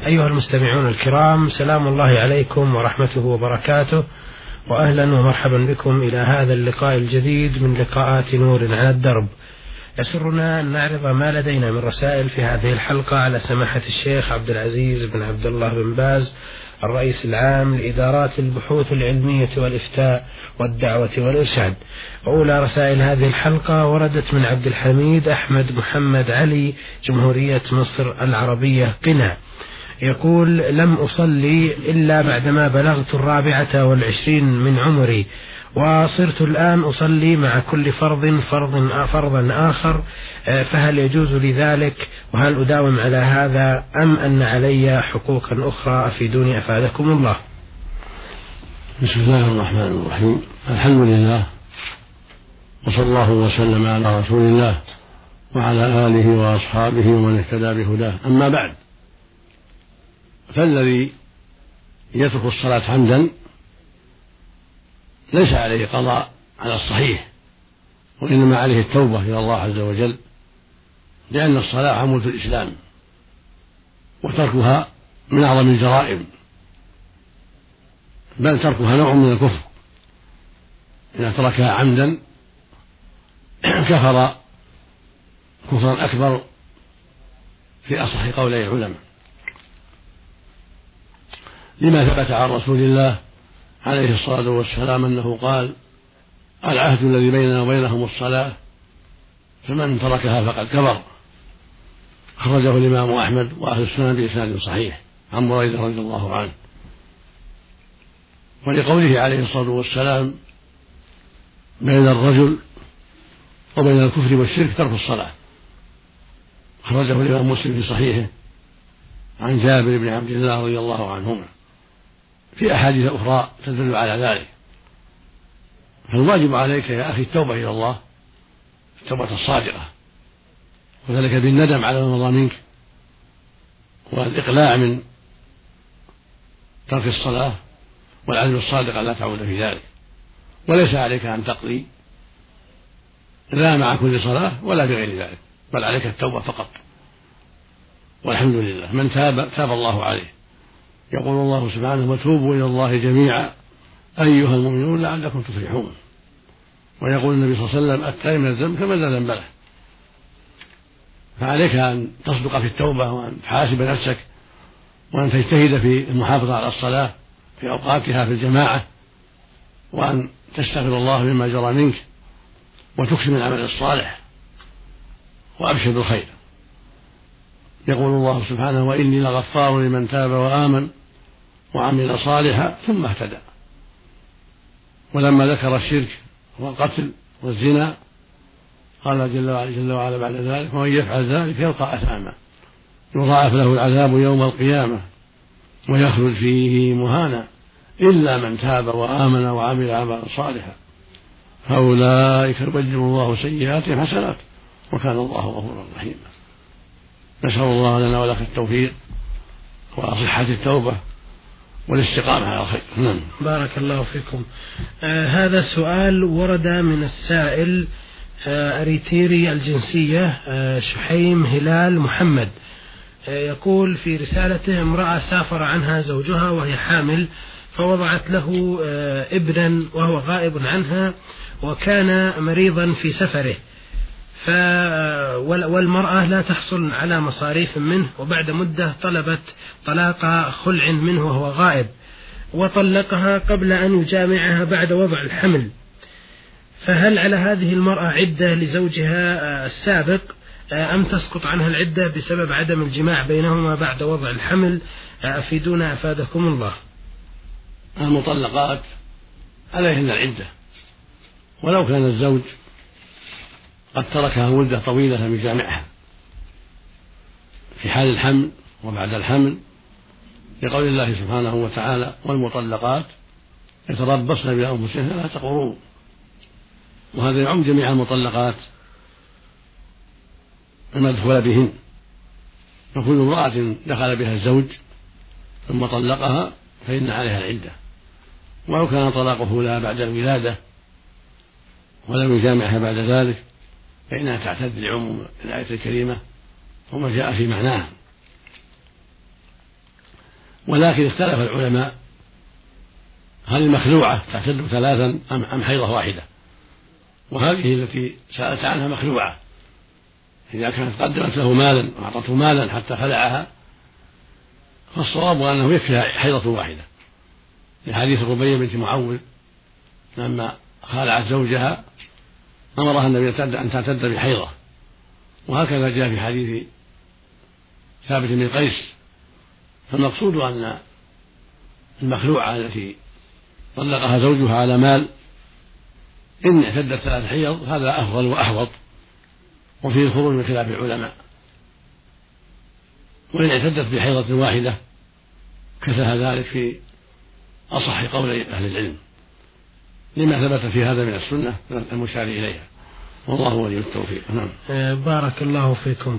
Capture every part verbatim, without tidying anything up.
أيها المستمعون الكرام، سلام الله عليكم ورحمته وبركاته، وأهلا ومرحبا بكم إلى هذا اللقاء الجديد من لقاءات نور على الدرب. يسرنا أن نعرض ما لدينا من رسائل في هذه الحلقة على سماحة الشيخ عبد العزيز بن عبد الله بن باز، الرئيس العام لإدارات البحوث العلمية والإفتاء والدعوة والإرشاد. أولى رسائل هذه الحلقة وردت من عبد الحميد أحمد محمد علي، جمهورية مصر العربية، قنا. يقول: لم أصلي إلا بعدما بلغت الرابعة والعشرين من عمري، وصرت الآن أصلي مع كل فرض فرض فرضا آخر، فهل يجوز لي ذلك؟ وهل أداوم على هذا أم أن علي حقوقا أخرى؟ أفيدوني أفادكم الله. بسم الله الرحمن الرحيم. الحمد لله، وصلى الله وسلم على رسول الله وعلى آله وأصحابه ومن اهتدى بهداه. أما بعد، فالذي يترك الصلاة عمدا ليس عليه قضاء على الصحيح، وإنما عليه التوبة إلى الله عز وجل، لأن الصلاة عمود الإسلام، وتركها من أعظم الجرائم، بل تركها نوع من الكفر. إذا تركها عمدا كفر كفرا أكبر في أصح قولي العلماء، لما ثبت عن رسول الله عليه الصلاة والسلام أنه قال: العهد الذي بيننا وبينهم الصلاة، فمن تركها فقد كفر. خرجه الإمام أحمد وأهل السنن بإسناد صحيح عن بريدة رضي الله عنه. ولقوله عليه الصلاة والسلام: بين الرجل وبين الكفر والشرك ترك الصلاة. خرجه الإمام مسلم في صحيحه عن جابر بن عبد الله رضي الله عنهما في أحاديث أخرى تدل على ذلك. فالواجب عليك يا أخي التوبة إلى الله، التوبة الصادقة، وذلك بالندم على ما مضى منك، والإقلاع من ترك الصلاة، والعزم الصادق لا تعود في ذلك. وليس عليك أن تقضي لا مع كل صلاة ولا بغير ذلك، بل عليك التوبة فقط. والحمد لله، من تاب تاب الله عليه. يقول الله سبحانه: وتوبوا إلى الله جميعا أيها المؤمنون لعلكم تفلحون. ويقول النبي صلى الله عليه وسلم: التائب من الذنب كمن لا ذنب له. فعليك أن تصدق في التوبة، وأن تحاسب نفسك، وأن تجتهد في المحافظة على الصلاة في أوقاتها في الجماعة، وأن تستغفر الله مما جرى منك، وتكثر من العمل الصالح، وأبشر بالخير. يقول الله سبحانه: وإني لغفار لمن تاب وآمن وعمل صالحا ثم اهتدى. ولما ذكر الشرك والقتل والزنا قال جل وعلا بعد ذلك: ومن يفعل ذلك يلقى أثاما يضاعف له العذاب يوم القيامة ويخلد فيه مهانا إلا من تاب وآمن وعمل عملا صالحا فأولئك يبدل الله سيئاتهم حسنات وكان الله غفورا رحيما. نسأل الله لنا ولك التوفيق وصحة التوبة والاستقامة على الخير. نعم. بارك الله فيكم. آه هذا السؤال ورد من السائل آه أريتيري الجنسية آه شحيم هلال محمد. آه يقول في رسالته: امرأة سافر عنها زوجها وهي حامل، فوضعت له آه ابنا وهو غائب عنها، وكان مريضا في سفره، ف والمرأة لا تحصل على مصاريف منه، وبعد مدة طلبت طلاق خلع منه وهو غائب، وطلقها قبل أن يجامعها بعد وضع الحمل. فهل على هذه المرأة عدة لزوجها السابق أم تسقط عنها العدة بسبب عدم الجماع بينهما بعد وضع الحمل؟ أفيدونا أفادكم الله. المطلقات عليهن العدة، ولو كان الزوج قد تركها مدة طويلة لم يجامعها في حال الحمل وبعد الحمل، لقول الله سبحانه وتعالى: والمطلقات يتربصن بأنفسهن ثلاثة قروء. وهذا يعم جميع المطلقات المدخول بهن، فكل امرأة دخل بها الزوج ثم طلقها فإن عليها العدة، ولو كان طلاقه لا بعد الولادة ولم يجامعها بعد ذلك فإنها تعتد لعموم الآية الكريمة وما جاء في معناها. ولكن اختلف العلماء هل المخلوعة تعتد ثلاثا أم حيضة واحدة، وهذه التي سألت عنها مخلوعة إذا كانت قدمت له مالا وأعطته مالا حتى خلعها، فالصواب أنه يكفي حيضة واحدة، لحديث ربيع بنت معوذ لما خالعت زوجها أمرها النبي أن تعتد بحيضة، وهكذا جاء في حديث ثابت بن قيس. فالمقصود أن المخلوعة التي طلقها زوجها على مال إن اعتدت ثلاث حيض هذا أفضل وأحوط، وفيه الخروج من خلاف العلماء. وإن اعتدت بحيضة واحدة كفاها ذلك في أصح قولي أهل العلم، لما ثبت في هذا من السنة المشار إليها، والله ولي التوفيق. نعم. بارك الله فيكم.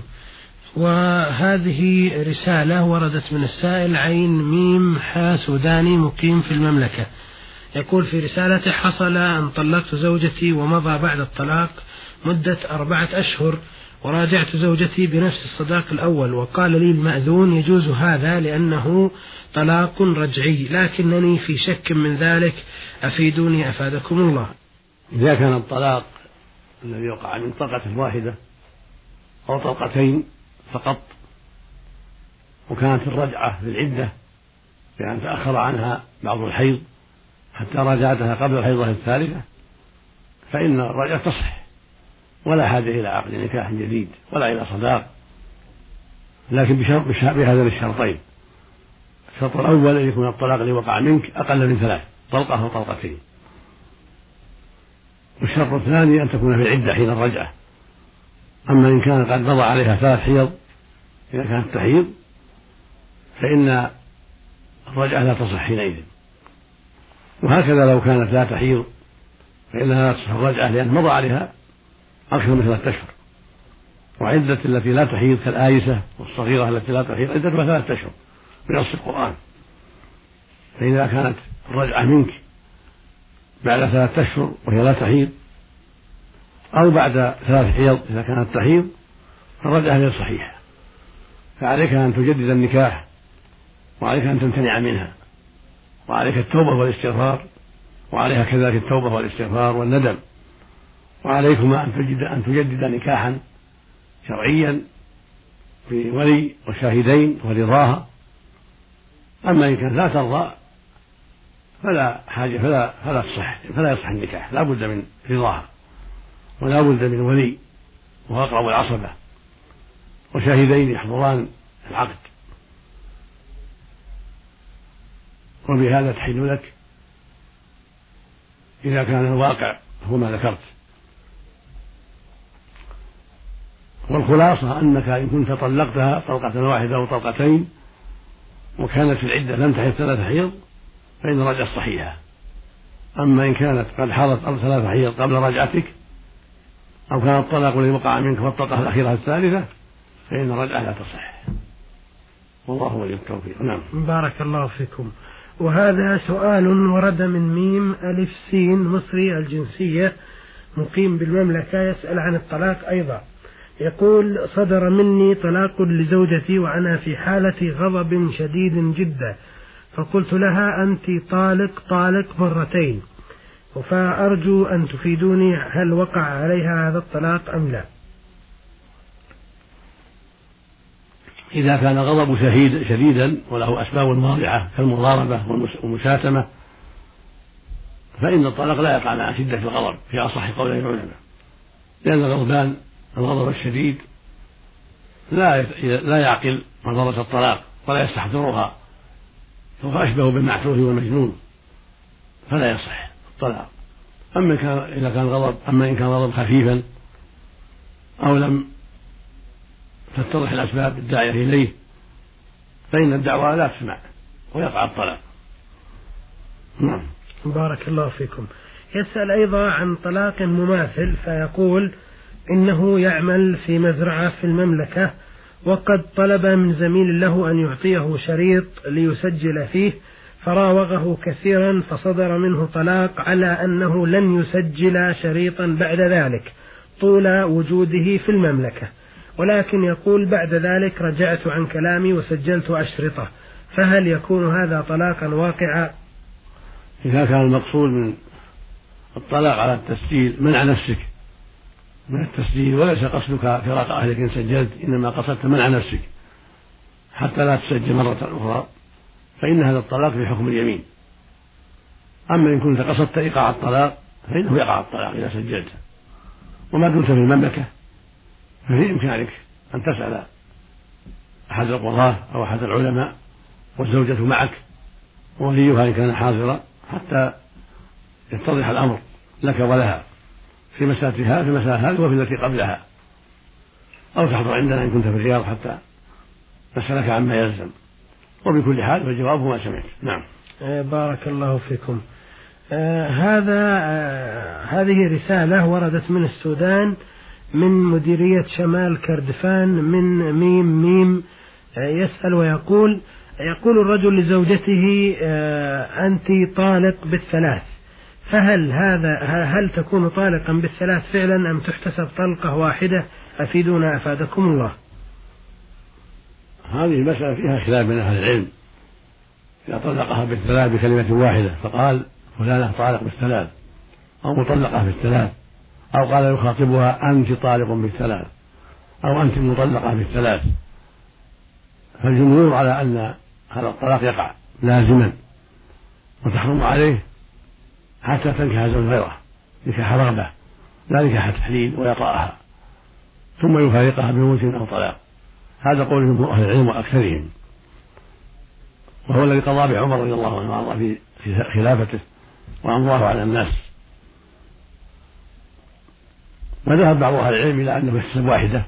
وهذه رسالة وردت من السائل عين ميم حا سوداني مقيم في المملكة، يقول في رسالته: حصل أن طلقت زوجتي ومضى بعد الطلاق مدة أربعة أشهر، وراجعت زوجتي بنفس الصداق الأول، وقال لي المأذون يجوز هذا لأنه طلاق رجعي، لكنني في شك من ذلك، أفيدوني أفادكم الله. إذا كان الطلاق الذي وقع من طلقة واحدة أو طلقتين فقط، وكانت الرجعة في العدة بأن تأخر عنها بعض الحيض حتى راجعتها قبل الحيضة الثالثة، فإن الرجعة تصح ولا حاجة إلى عقد نكاح جديد ولا إلى صداق، لكن بهذين الشرطين: الشرط الأول أن يكون الطلاق الذي وقع منك أقل من ثلاث، طلقة أو طلقتين. والشرط الثاني أن تكون في العدة حين الرجعة. أما إن كان قد مضى عليها ثلاث حيض إذا كانت تحيض فإن الرجعة لا تصح حينئذ، وهكذا لو كانت لا تحيض فإنها لا تصح الرجعة لأن مضى عليها أكثر من ثلاثة أشهر. وعدة التي لا تحيض كالآيسة والصغيرة التي لا تحيض عدتها ثلاثة أشهر بنص القرآن. فإذا كانت الرجعة منك بعد ثلاثة أشهر وهي لا تحيض، أو بعد ثلاث حيض إذا كانت تحيض، فالرجعة غير صحيحة، فعليك أن تجدد النكاح، وعليك أن تمتنع منها، وعليك التوبة والاستغفار، وعليها كذلك التوبة والاستغفار والندم، وعليكما أن تجدد, أن تجدد نكاحا شرعيا بولي وشاهدين ورضاها. أما إن كانت لا ترضى فلا حاجة فلا فلا تصح فلا يصح النكاح، لا بد من رضاها، ولا بد من ولي وأقرب العصبة وشاهدين يحضران العقد، وبهذا تحل لك إذا كان الواقع هو ما ذكرت. والخلاصة أنك إن كنت طلقتها طلقة واحدة أو طلقتين وكانت في العدة لم تحض ثلاث حيض فإن الرجعة صحيحة. أما إن كانت قد حضت أو ثلاث حيض قبل رجعتك، أو كان الطلاق الذي وقع منك والطلقة الأخيرة الثالثة، فإن الرجعة لا تصح، والله ولي التوفيق. نعم. بارك الله فيكم. وهذا سؤال ورد من ميم ألف سين مصري الجنسية مقيم بالمملكة، يسأل عن الطلاق أيضا. يقول: صدر مني طلاق لزوجتي وأنا في حالة غضب شديد جدا، فقلت لها: أنت طالق طالق مرتين، فأرجو أن تفيدوني هل وقع عليها هذا الطلاق أم لا؟ إذا كان غضب شديد شديدا وله أسباب واضحة كالمضاربة والمشاتمة فإن الطلاق لا يقع مع شدة الغضب في أصح قولي العلماء، لأن الغضبان الغضب الشديد لا لا يعقل مضرة الطلاق ولا يستحضرها، فهو أشبه بالمعتوه والمجنون، فلا يصح الطلاق. أما إذا كان غضب أما إن كان غضب خفيفا أو لم تتضح الأسباب الداعية إليه فإن الدعوة لا تسمع ويقع الطلاق. نعم. بارك الله فيكم. يسأل أيضا عن طلاق مماثل، فيقول: إنه يعمل في مزرعة في المملكة، وقد طلب من زميل له أن يعطيه شريط ليسجل فيه، فراوغه كثيرا فصدر منه طلاق على أنه لن يسجل شريطا بعد ذلك طول وجوده في المملكة، ولكن يقول: بعد ذلك رجعت عن كلامي وسجلت أشرطة، فهل يكون هذا طلاقا واقعا؟ إذا كان المقصود من الطلاق على التسجيل منع نفسك من التسجيل وليس قصدك فراق أهلك إن سجلت، إنما قصدت منع نفسك حتى لا تسجل مرة أخرى، فإن هذا الطلاق في حكم اليمين. أما إن كنت قصدت إيقاع الطلاق فإنه يقع الطلاق إذا سجلت. وما دمت في المملكة ففي إمكانك أن تسأل أحد القضاة أو أحد العلماء والزوجة معك ووليها إن كان حاضرا حتى يتضح الأمر لك ولها في مسألتها في مسألة هذه وفي التي قبلها، أو تحضر عندنا إن كنت في الرياض حتى نسألك عما يلزم. وبكل حال فالجواب ما سمعت. نعم. بارك الله فيكم. آه هذا آه هذه رسالة وردت من السودان من مديرية شمال كردفان من ميم ميم. آه يسأل ويقول يقول الرجل لزوجته آه أنت طالق بالثلاث، فهل هذا هل تكون طالقا بالثلاث فعلا أم تحتسب طلقة واحدة؟ أفيدونا أفادكم الله. هذه المسألة فيها خلاف بين أهل العلم. إذا طلقها بالثلاث بكلمة واحدة فقال فلانة طالق بالثلاث أو مطلقة بالثلاث، أو قال يخاطبها أنت طالق بالثلاث أو أنت مطلقة بالثلاث، فالجمهور على أن هذا الطلاق يقع لازما وتحرم عليه حتى تنكح زوج غيره نكاح رغبة لا نكاح تحليل ويطأها ثم يفارقها بموت أو طلاق. هذا قول جمهور أهل العلم وأكثرهم، وهو الذي قضى به عمر رضي الله عنه وارضاه في خلافته وأمضاه على الناس. وذهب بعض أهل العلم إلى أنه يحتسب واحدة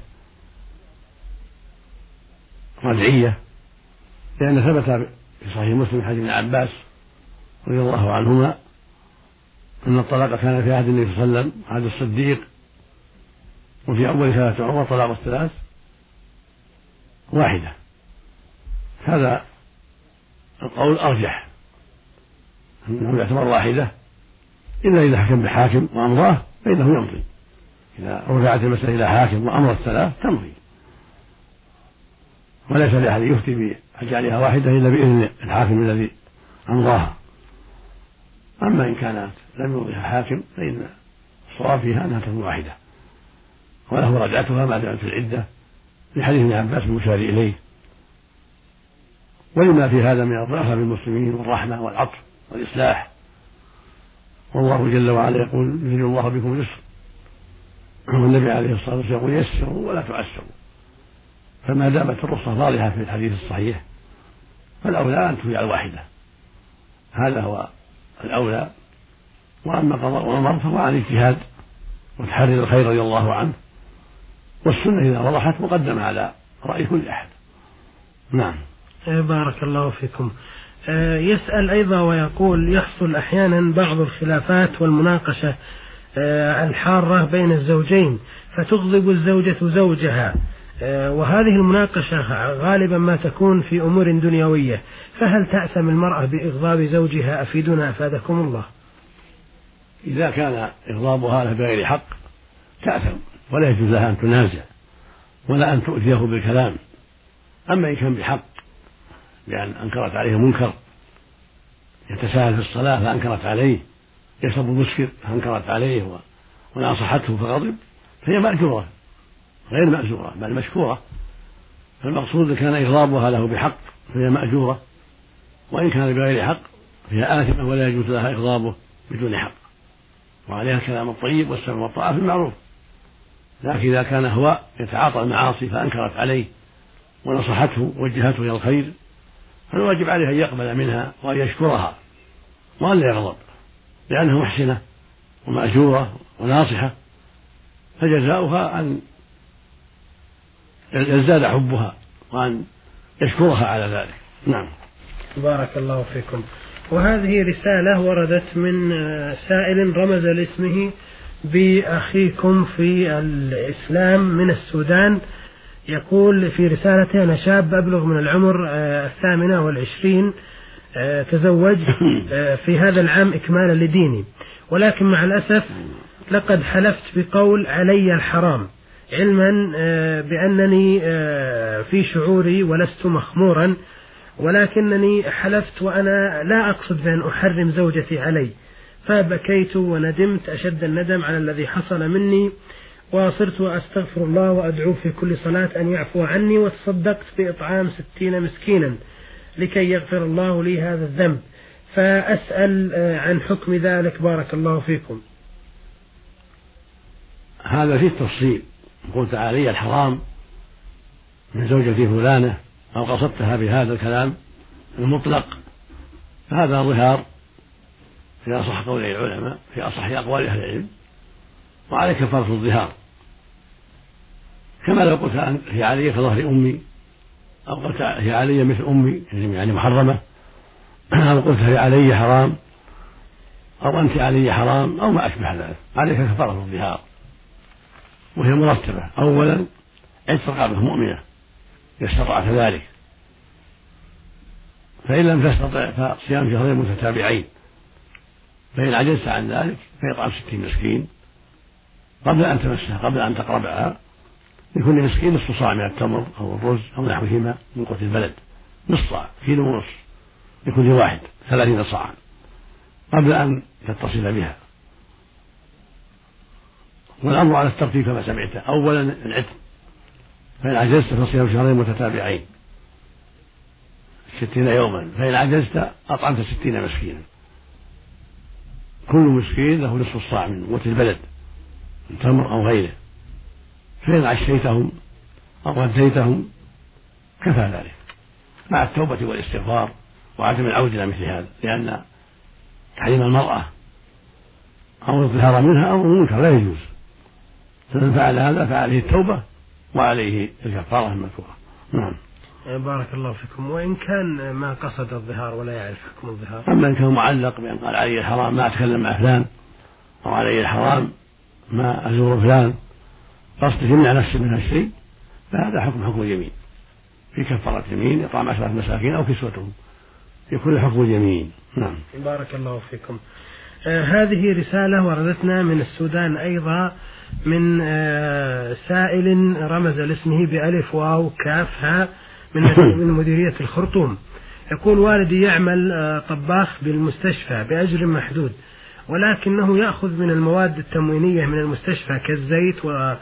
رجعية، لأن ثبت في صحيح مسلم حديث ابن عباس رضي الله عنهما أن الطلاق كان في عهد النبي صلى الله عليه وسلم عهد الصديق، وفي أول خلافة عمر طلاق الثلاث واحدة. هذا القول أرجح أنه يعتبر واحدة، إلا إذا حكم بحاكم وأمضاه فإنه يمضي. إذا رفعت المسألة إلى حاكم وأمر الثلاث تمضي، وليس لأحد يفتي بأجعلها واحدة إلا بإذن الحاكم الذي أمضاها. أما إن كانت لم يمضيها حاكم فإن الصواب فيها أنها تكون واحدة وله رجعتها ما دامت في العدة لحديث ابن عباس المشار إليه، ولما في هذا من الرأفة بالمسلمين والرحمة والعطف والإصلاح. والله جل وعلا يقول يريد الله بكم اليسر، والنبي عليه الصلاة والسلام يقول يسروا ولا تعسروا. فما دامت الرخصة واضحة في الحديث الصحيح فالأولى أن تفعل واحدة، هذا هو الأولى. وأما قضاء عمر فهو عن اجتهاد وتحري الخير رضي الله عنه، والسنة إذا وضحت مقدمة على رأي كل أحد. نعم. بارك الله فيكم. يسأل أيضا ويقول يحصل أحيانا بعض الخلافات والمناقشة الحارة بين الزوجين فتغضب الزوجة زوجها، وهذه المناقشة غالبا ما تكون في أمور دنيوية، فهل تأثم المرأة بإغضاب زوجها؟ أفيدنا أفادكم الله. إذا كان إغضابها بغير حق تأثم، ولا يجوز لها أن تنازع ولا أن تؤذيه بالكلام. أما إن كان بحق لأن أنكرت عليه منكر، يتساهل في الصلاة فأنكرت عليه، يشرب المسكر فأنكرت عليه وناصحته فغضب، فهي مأجورة غير مأجورة بل مشكورة. فالمقصود إن كان إغضابها له بحق فهي مأجورة، وإن كان بغير حق فهي آثمة ولا يجوز لها إغضابه بدون حق، وعليها الكلام الطيب والسمع والطاعة في المعروف. لكن إذا كان هو يتعاطى المعاصي فأنكرت عليه ونصحته ووجهته إلى الخير فالواجب عليه أن يقبل منها وأن يشكرها وأن لا يغضب، لأنها محسنة ومأجورة وناصحة، فجزاؤها أن يزداد حبها وأن يشكرها على ذلك. نعم. بارك الله فيكم. وهذه رسالة وردت من سائل رمز لاسمه بأخيكم في الإسلام من السودان. يقول في رسالته: أنا شاب أبلغ من العمر الثامنة والعشرين، تزوج في هذا العام إكمالا لديني، ولكن مع الأسف لقد حلفت بقول علي الحرام، علما بأنني في شعوري ولست مخمورا ولكنني حلفت وأنا لا أقصد بأن أحرم زوجتي علي، فبكيت وندمت أشد الندم على الذي حصل مني، وصرت أستغفر الله وأدعو في كل صلاة أن يعفو عني، وتصدقت بإطعام ستين مسكينا لكي يغفر الله لي هذا الذنب، فأسأل عن حكم ذلك بارك الله فيكم. هذا فيه تفصيل. قلت علي الحرام من زوجتي فلانة أو قصدتها بهذا الكلام المطلق، فهذا ظهار في أصح قول العلماء، في أصح أقوال أهل العلم، وعليه كفارة الظهار، كما لو قلت هي علي كظهر أمي، أو قلت هي علي مثل أمي يعني محرمة، أو قلت هي علي حرام، أو أنت علي حرام، أو ما أشبه ذلك، عليك كفارة الظهار، وهي مرتبة. أولا عتق رقبة مؤمنة إذا استطعت ذلك، فإن لم تستطع فصيام شهرين متتابعين، فإن عجزت عن ذلك فيطعم ستين مسكين قبل أن تمسها، قبل أن تقربها، لكل مسكين نصف صاع من التمر أو الرز أو نحوهما من قوت البلد، نصف صاع، كيلو ونصف لكل واحد، ثلاثين صاعا قبل أن تتصل بها. والأمر على الترتيب كما سمعت. أولا العتق، فإن عجزت فصيام شهرين متتابعين ستين يوما، فإن عجزت أطعمت ستين مسكينا، كل مسكين له نصف الصاع من قوت البلد من تمر أو غيره، فإن عشيتهم أو غديتهم كفى ذلك، مع التوبة والاستغفار وعدم العودة إلى مثل هذا، لأن تحريم المرأة أو الظهار منها أمر منكر لا يجوز، فمن فعل هذا فعليه التوبة وعليه الكفارة المذكورة. نعم. بارك الله فيكم. وإن كان ما قصد الظهار ولا يعرف حكم الظهار، أما إن كان معلق بأن قال علي الحرام ما أتكلم مع فلان، أو علي الحرام ما أزور فلان، قصد يمنع نفسه من هالشيء، فهذا حكم حكم اليمين، في كفارة يمين إطعام عشرة مساكين أو كسوتهم، يكون حكم اليمين. نعم. بارك الله فيكم. آه هذه رسالة وردتنا من السودان أيضا، من آه سائل رمز لاسمه بألف واو كاف ها من من مديرية الخرطوم، يقول: والدي يعمل آه طباخ بالمستشفى بأجر محدود، ولكنه يأخذ من المواد التموينية من المستشفى كالزيت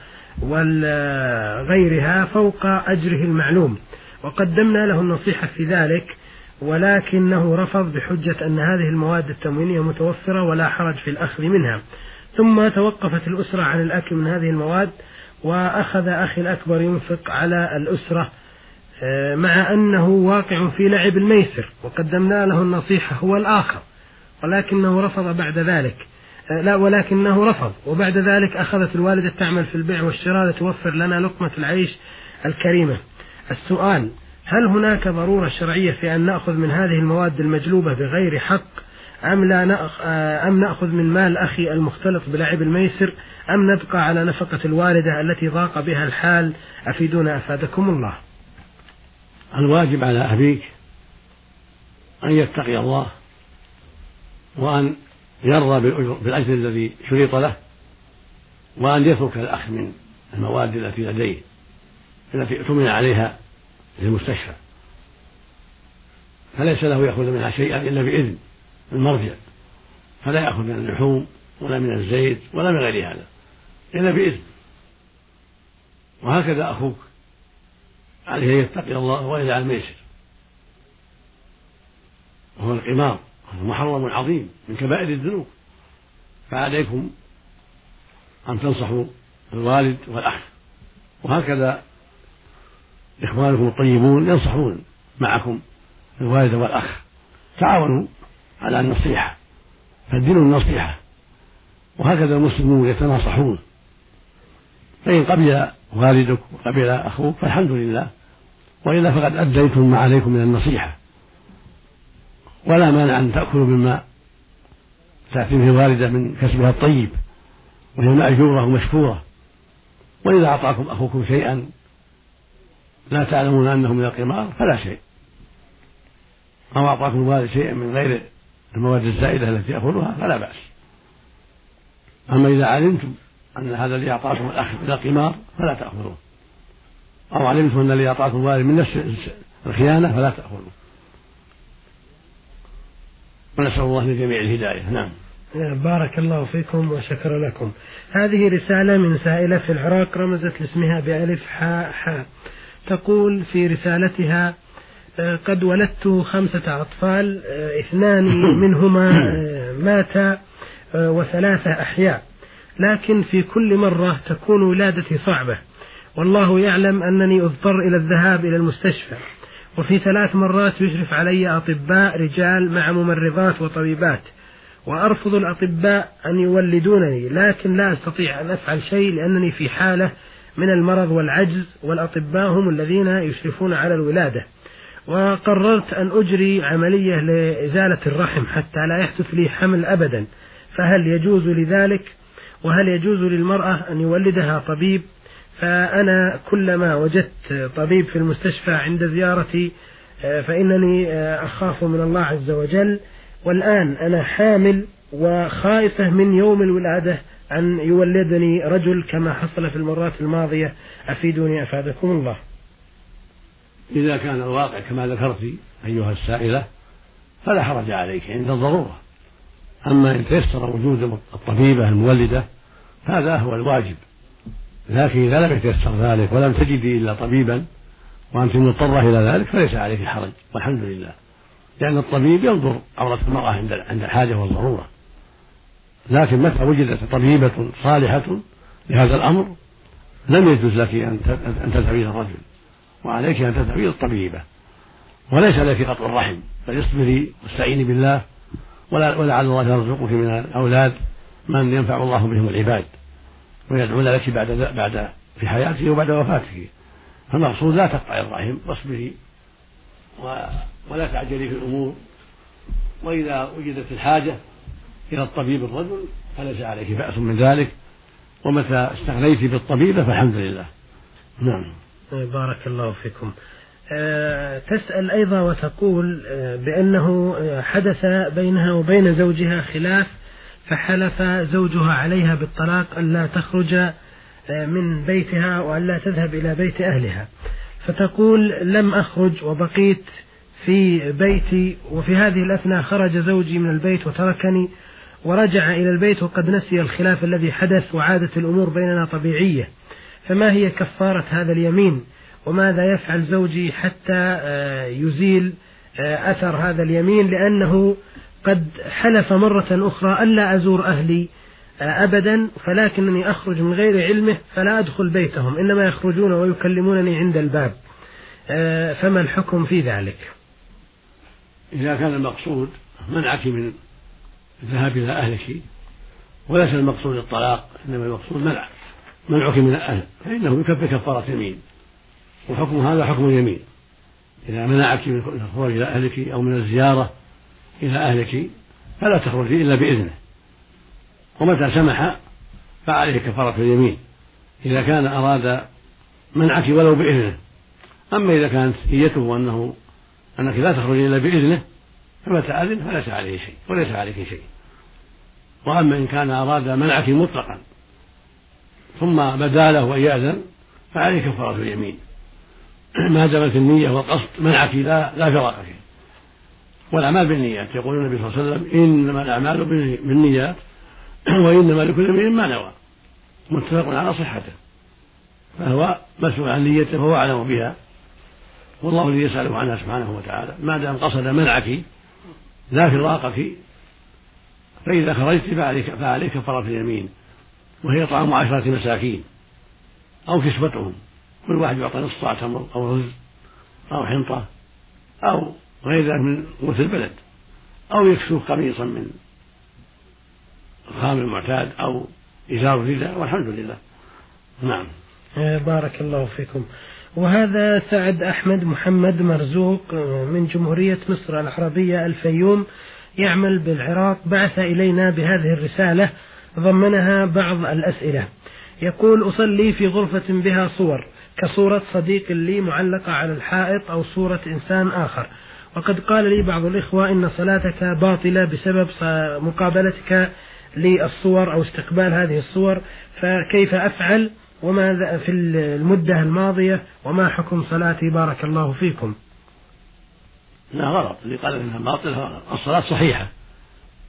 وغيرها فوق أجره المعلوم، وقدمنا له النصيحة في ذلك، ولكنه رفض بحجة أن هذه المواد التموينية متوفرة ولا حرج في الأخذ منها. ثم توقفت الأسرة عن الأكل من هذه المواد، وأخذ أخي الأكبر ينفق على الأسرة مع أنه واقع في لعب الميسر، وقدمنا له النصيحة هو الآخر، ولكنه رفض بعد ذلك لا ولكنه رفض وبعد ذلك أخذت الوالدة تعمل في البيع والشراء لتوفر لنا لقمة العيش الكريمة. السؤال: هل هناك ضرورة شرعية في أن نأخذ من هذه المواد المجلوبة بغير حق، أم, لا نأخ أم نأخذ من مال أخي المختلط بلعب الميسر، أم نبقى على نفقة الوالدة التي ضاق بها الحال؟ أفيدونا أفادكم الله. الواجب على أبيك أن يتقي الله، وأن يرضى بالأجر الذي شريط له، وأن يترك الأخ من المواد التي لديه التي اؤتمن عليها للمستشفى، فليس له يأخذ منها شيئا إلا بإذن المرجع، فلا يأخذ من اللحوم ولا من الزيت ولا من غير هذا إلا بإذن. وهكذا أخوك عليه أن يتقي الله ويدع الميسر، وهو القمار محرم عظيم من كبائر الذنوب، فعليكم أن تنصحوا الوالد والأخ، وهكذا إخوانكم الطيبون ينصحون معكم الوالد والأخ، تعاونوا على النصيحة، فالدين النصيحة، وهكذا المسلمون يتناصحون، فإن قبل والدك وقبل أخوك فالحمد لله، وإلا فقد أديتم ما عليكم من النصيحة، ولا مانع أن تأكلوا مما تأتي به الوالدة من كسبها الطيب، وهي مأجورة ومشكورة. وإذا أعطاكم أخوكم شيئا لا تعلمون أنه من القمار فلا شيء، أو أعطاكم الوالد شيئا من غير المواد الزائدة التي يأخذها فلا بأس. أما إذا علمتم أن هذا الذي أعطاكم الأخ من القمار فلا تأخذوه، أو علمتم أن الذي أعطاكم الوالد من نفس الخيانة فلا تأخذوه، ونسأل الله للجميع الهداية. نعم. بارك الله فيكم وشكر لكم. هذه رسالة من سائلة في العراق رمزت لاسمها بألف حاء حاء، تقول في رسالتها: قد ولدت خمسة أطفال، اثنان منهما ماتا وثلاثة أحياء، لكن في كل مرة تكون ولادتي صعبة، والله يعلم أنني أضطر إلى الذهاب إلى المستشفى، وفي ثلاث مرات يشرف علي أطباء رجال مع ممرضات وطبيبات، وأرفض الأطباء أن يولدونني، لكن لا أستطيع أن أفعل شيء لأنني في حالة من المرض والعجز، والأطباء هم الذين يشرفون على الولادة. وقررت أن أجري عملية لإزالة الرحم حتى لا يحدث لي حمل أبدا، فهل يجوز لذلك؟ وهل يجوز للمرأة أن يولدها طبيب؟ فأنا كلما وجدت طبيب في المستشفى عند زيارتي فإنني أخاف من الله عز وجل، والآن أنا حامل وخائفة من يوم الولادة أن يولدني رجل كما حصل في المرات الماضية، أفيدوني أفادكم الله. إذا كان الواقع كما ذكرت أيها السائلة فلا حرج عليك عند الضرورة، أما إن تيسر وجود الطبيبة المولدة هذا هو الواجب، لكن إذا لم يتيسر ذلك ولم تجدي إلا طبيبا وأنت مضطرة إلى ذلك فليس عليك حرج والحمد لله، لأن الطبيب ينظر عورة المرأة عند الحاجة والضرورة، لكن متى وجدت طبيبة صالحة لهذا الأمر لم يجوز لك أن تذهبي إلى الرجل، وعليك أن تذهبي إلى الطبيبة، وليس عليك قطع الرحم، بل اصبري واستعيني بالله، ولعل الله يرزقك من الأولاد من ينفع الله بهم العباد ويدعون لك بعد بعد في حياتك وبعد وفاتك. فالمقصود لا تقطعي الرحم واصبري ولا تعجلي في الأمور، وإذا وجدت الحاجة إلى الطبيب الرجل فليس عليك بأس من ذلك، ومتى استغنيت بالطبيبة فالحمد لله. نعم. بارك الله فيكم. أه تسأل أيضا وتقول أه بأنه حدث بينها وبين زوجها خلاف، فحلف زوجها عليها بالطلاق ألا تخرج من بيتها وألا تذهب إلى بيت أهلها، فتقول: لم أخرج وبقيت في بيتي، وفي هذه الأثناء خرج زوجي من البيت وتركني ورجع إلى البيت وقد نسي الخلاف الذي حدث وعادت الأمور بيننا طبيعية، فما هي كفارة هذا اليمين؟ وماذا يفعل زوجي حتى يزيل أثر هذا اليمين؟ لأنه قد حلف مرة أخرى ألا أزور أهلي أبدا، فلكنني أخرج من غير علمه فلا أدخل بيتهم، إنما يخرجون ويكلمونني عند الباب، فما الحكم في ذلك؟ إذا كان المقصود منعك من الذهاب إلى أهلك وليس المقصود الطلاق، إنما المقصود منع منعك من الأهل، فإنه يكفر كفارة يمين، وحكم هذا حكم اليمين. إذا منعك من الخروج إلى أهلك أو من الزيارة إلى أهلك فلا تخرجي إلا بإذنه، ومتى سمح فعليه كفارة اليمين إذا كان أراد منعك ولو بإذنه. أما إذا كانت نيته أنه أنك لا تخرجي إلا بإذنه فمتى أذن فليس عليه شيء وليس عليك شيء. وأما إن كان أراد منعك مطلقا ثم بدا له أن يأذن فعليه كفارة اليمين ما دامت النية والقصد منعك لا لا فراق فيه. والأعمال بالنيات، يقول النبي صلى الله عليه وسلم: إنما الأعمال بالنيات وإنما لكل امرئ ما نوى، متفق على صحته، فهو مسؤول عن نيته وهو أعلم بها، والله الذي يسأله عنها سبحانه وتعالى. ما دام قصد منعك لا فراقك فإذا خرجت فعليك, فعليك كفارة اليمين، وهي طعام عشرة مساكين أو كسوتهم، كل واحد يعطى نصف صاع تمر أو رز أو حنطة أو غير ذلك من قوت البلد، أو يكسوه قميصا من الخام المعتاد أو إزار رداء، والحمد لله. نعم. بارك الله فيكم. وهذا سعد أحمد محمد مرزوق من جمهورية مصر العربية الفيوم، يعمل بالعراق، بعث إلينا بهذه الرسالة ضمنها بعض الأسئلة. يقول: أصلي في غرفة بها صور كصورة صديق لي معلقة على الحائط أو صورة إنسان آخر، وقد قال لي بعض الإخوة إن صلاتك باطلة بسبب مقابلتك للصور أو استقبال هذه الصور، فكيف أفعل؟ وماذا في المدة الماضية؟ وما حكم صلاتي؟ بارك الله فيكم. لا غلط اللي قال إنها باطلة، الصلاة صحيحة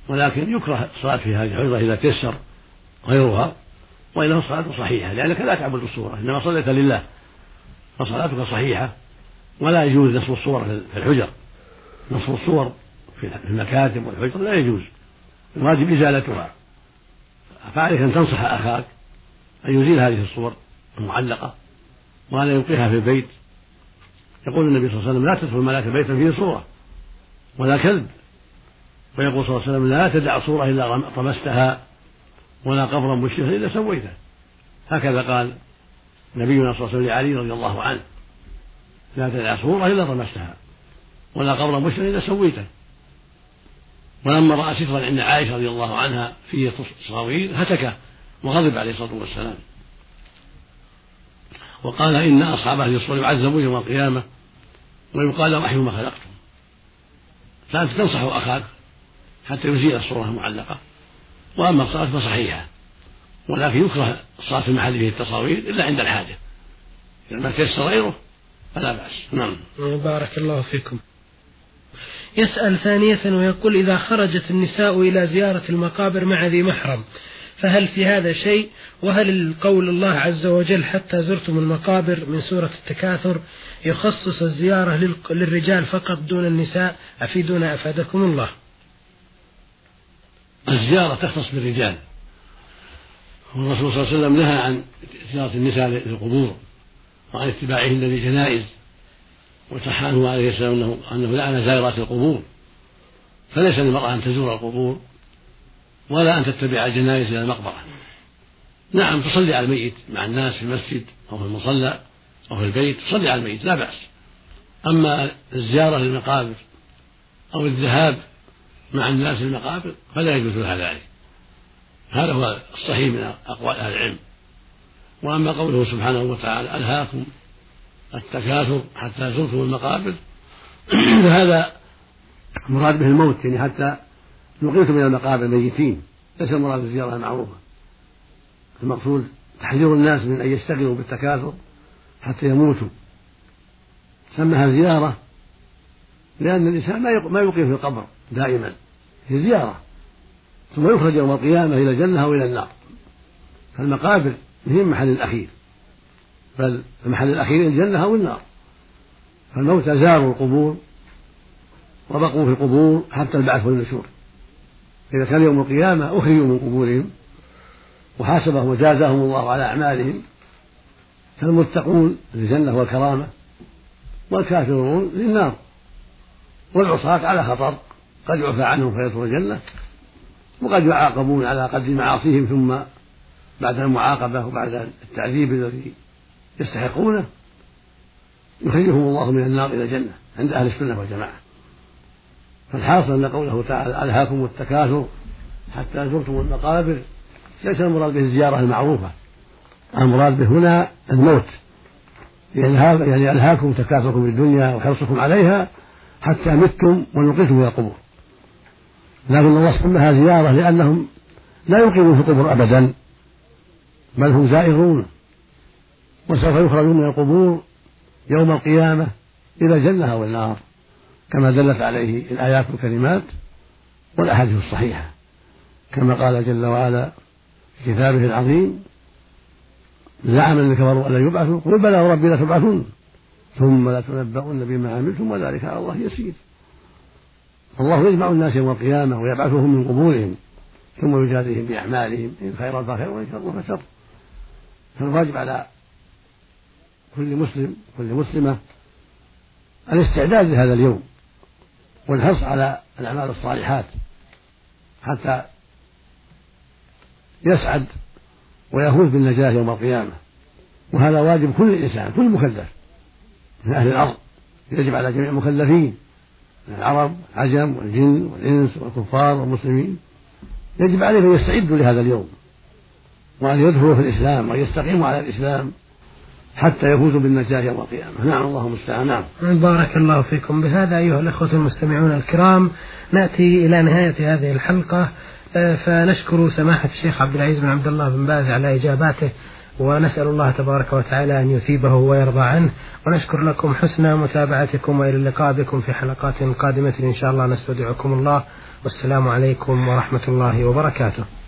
ولكن يكره الصلاة في هذه الحجرة إذا تيسر غيرها، وإنه الصلاة صحيحة لأنك لا تعبد الصورة، إنما صليت لله فصلاتك صحيحة. ولا يجوز نصب الصور في الحجر، نصب الصور في المكاتب والحجر لا يجوز، الواجب إزالتها. فعليك أن تنصح أخاك أن يزيل هذه الصور المعلقة ولا يلقيها في البيت. يقول النبي صلى الله عليه وسلم لا تدخل الملائكة بيتا فيه صورة ولا كلب، ويقول صلى الله عليه وسلم لا تدع صورة إلا طمستها ولا قبرا مشرفا إلا سويته. هكذا قال نبينا صلى الله عليه وسلم لعلي رضي الله عنه لا تدع صورة إلا طمستها ولا قبرا مشرفا إلا سويته. ولما رأى سترا عند عائشة رضي الله عنها فيه تصاوير هتكه وغضب عليه الصلاة والسلام وقال إن أصحاب هذه الصور يعذبون يوم القيامة ويقال لهم أحيوا ما خلقتم. فأنت تنصح أخاك حتى يزيل الصورة المعلقة. وأما الصلاة فصحيحة، ولكن يكره الصلاة في محل فيه التصاوير إلا عند الحاجة، إذا ما تيسر غيره فلا بأس. نعم. بارك الله فيكم. يسأل ثانية ويقول إذا خرجت النساء إلى زيارة المقابر مع ذي محرم فهل في هذا شيء؟ وهل القول الله عز وجل حتى زرتم المقابر من سورة التكاثر يخصص الزيارة للرجال فقط دون النساء؟ أفيدونا أفادكم الله. الزيارة تختص بالرجال، والرسول صلى الله عليه وسلم نهى عن زيارة النساء للقبور وعن اتباعهن للجنائز، وصح عنه عليه السلام أنه, أنه لعن زائرات القبور، فليس للمرأة أن تزور القبور ولا أن تتبع الجنائز إلى المقبرة. نعم تصلي على الميت مع الناس في المسجد أو في المصلى أو في البيت، تصلي على الميت لا بأس. أما الزيارة للمقابر أو الذهاب مع الناس للمقابر فلا يجوز لها ذلك، هذا هو الصحيح من أقوال أهل العلم. وأما قوله سبحانه وتعالى ألهاكم التكاثر حتى زرتم المقابر فهذا مراد به الموت، يعني حتى نقلتم من المقابر ميتين، ليس المراد الزيارة المعروفة. المقصود تحذير الناس من أن يشتغلوا بالتكاثر حتى يموتوا. سمها زيارة لأن الإنسان ما يقيم في القبر دائما، هي زيارة، ثم يخرج يوم القيامة إلى الجنة أو إلى النار. فالمقابر هي المحل الأخير، بل المحل الأخير الجنة أو النار. فالموتى زاروا القبور وبقوا في القبور حتى البعث والنشور. إذا كان يوم القيامة أخرجوا من قبورهم وحاسبهم وجازاهم الله على أعمالهم، فالمتقون للجنة والكرامة والكافرون للنار، والعصاة على خطر، قد يعفى عنهم فيدخلوا الجنة وقد يعاقبون على قدر معاصيهم، ثم بعد المعاقبة وبعد التعذيب الذي يستحقونه يخرجهم الله من النار إلى الجنة عند أهل السنة والجماعة. فالحاصل أن قوله تعالى ألهاكم التكاثر حتى زرتم المقابر ليس المراد به الزيارة المعروفة، المراد به هنا الموت، يعني ألهاكم تكاثركم في الدنيا وحرصكم عليها حتى متم ونقلتم إلى القبور. لكن الله سماها زيارة لأنهم لا يقيمون في القبور أبدا، بل هم زائرون، وسوف يخرجون من القبور يوم القيامة إلى الجنة أو النار، كما دلت عليه الآيات الكريمات والأحاديث الصحيحة، كما قال جل وعلا في كتابه العظيم زعم الذين كفروا أن لا يبعثوا قل بلى وربي لتبعثن ثم لا تنبؤن بما عملتم وذلك على الله يسير. الله يجمع الناس يوم القيامة ويبعثهم من قبورهم ثم يجازيهم بأعمالهم إن خيرا فخير وإن شر فشر. فالواجب على كل مسلم كل مسلمة الاستعداد لهذا اليوم والحرص على الأعمال الصالحات حتى يسعد ويفوز بالنجاة يوم القيامة. وهذا واجب كل إنسان كل مكلف من أهل الأرض، يجب على جميع المكلفين من العرب العجم والجن والإنس والكفار والمسلمين، يجب عليهم أن يستعدوا لهذا اليوم وأن يدخلوا في الإسلام وأن يستقيموا على الإسلام حتى يفوزوا بالنجاة يوم القيامة. نعم الله المستعان. نعم. بارك الله فيكم. بهذا أيها الأخوة المستمعون الكرام نأتي إلى نهاية هذه الحلقة، فنشكر سماحة الشيخ عبد العزيز بن عبد الله بن باز على إجاباته ونسأل الله تبارك وتعالى أن يثيبه ويرضى عنه، ونشكر لكم حسن متابعتكم، وإلى اللقاء بكم في حلقات قادمة إن شاء الله. نستودعكم الله، والسلام عليكم ورحمة الله وبركاته.